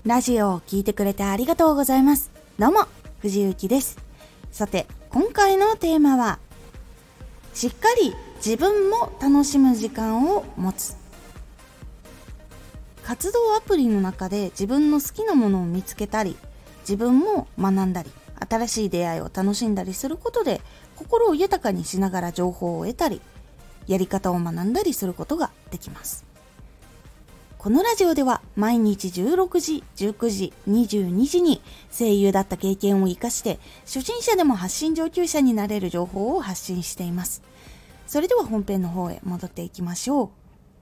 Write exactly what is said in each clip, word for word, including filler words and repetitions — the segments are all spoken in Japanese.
ラジオを聞いてくれてありがとうございます。どうも藤幸です。さて今回のテーマは、しっかり自分も楽しむ時間を持つ。活動アプリの中で自分の好きなものを見つけたり、自分も学んだり、新しい出会いを楽しんだりすることで、心を豊かにしながら情報を得たり、やり方を学んだりすることができます。このラジオでは毎日じゅうろくじ、じゅうくじ、にじゅうにじに声優だった経験を生かして初心者でも発信上級者になれる情報を発信しています。それでは本編の方へ戻っていきましょ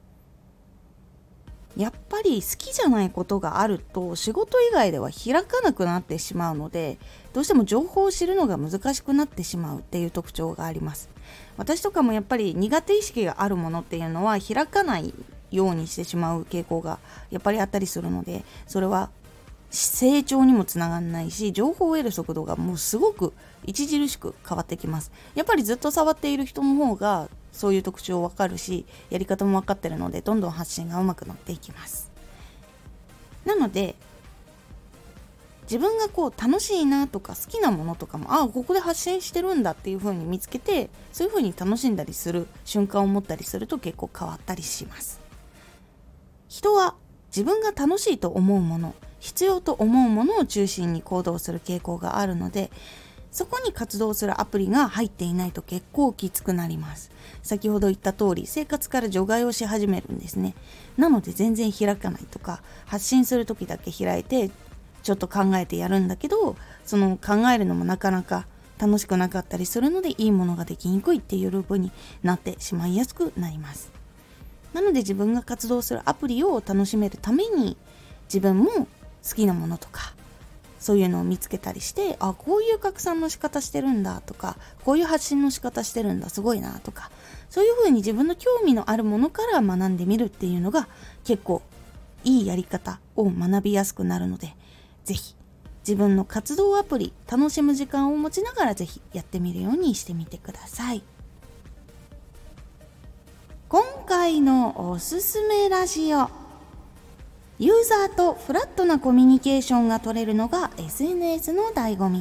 う。やっぱり好きじゃないことがあると仕事以外では開かなくなってしまうので、どうしても情報を知るのが難しくなってしまうっていう特徴があります。私とかもやっぱり苦手意識があるものっていうのは開かないようにしてしまう傾向がやっぱりあったりするので、それは成長にもつながらないし、情報を得る速度がもうすごく著しく変わってきます。やっぱりずっと触っている人の方がそういう特徴わかるし、やり方もわかってるので、どんどん発信が上手くなっていきます。なので自分がこう楽しいなとか好きなものとかも、ああここで発信してるんだっていう風に見つけて、そういう風に楽しんだりする瞬間を持ったりすると結構変わったりします。人は自分が楽しいと思うもの、必要と思うものを中心に行動する傾向があるので、そこに活動するアプリが入っていないと結構きつくなります。先ほど言った通り、生活から除外をし始めるんですね。なので全然開かないとか、発信する時だけ開いてちょっと考えてやるんだけど、その考えるのもなかなか楽しくなかったりするので、いいものができにくいっていうループになってしまいやすくなります。なので自分が活動するアプリを楽しめるために、自分も好きなものとかそういうのを見つけたりして、あ、こういう拡散の仕方してるんだとか、こういう発信の仕方してるんだ、すごいなとか、そういう風に自分の興味のあるものから学んでみるっていうのが結構いいやり方を学びやすくなるので、ぜひ自分の活動アプリ楽しむ時間を持ちながらぜひやってみるようにしてみてください。今回のおすすめラジオ、ユーザーとフラットなコミュニケーションが取れるのが エスエヌエス の醍醐味。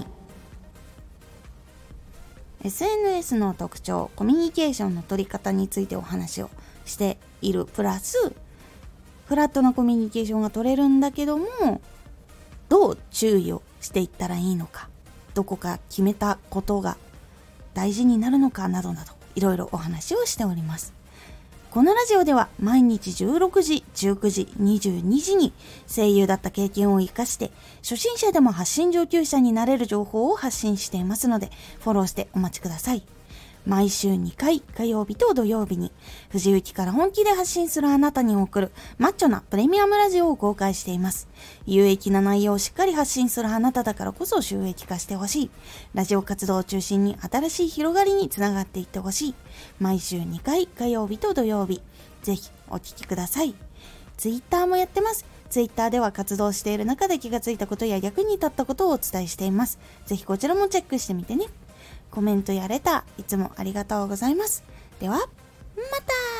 エスエヌエス の特徴、コミュニケーションの取り方についてお話をしているプラス、フラットなコミュニケーションが取れるんだけども、どう注意をしていったらいいのか、どこか決めたことが大事になるのかなどなど、いろいろお話をしております。このラジオでは毎日じゅうろくじ、じゅうくじ、にじゅうにじに声優だった経験を生かして初心者でも発信上級者になれる情報を発信していますので、フォローしてお待ちください。毎週にかい、火曜日と土曜日に藤幸から本気で発信するあなたに送るマッチョなプレミアムラジオを公開しています。有益な内容をしっかり発信するあなただからこそ収益化してほしい。ラジオ活動を中心に新しい広がりにつながっていってほしい。毎週にかい、火曜日と土曜日、ぜひお聞きください。ツイッターもやってます。ツイッターでは活動している中で気がついたことや役に立ったことをお伝えしています。ぜひこちらもチェックしてみてね。コメントやレターいつもありがとうございます。ではまた。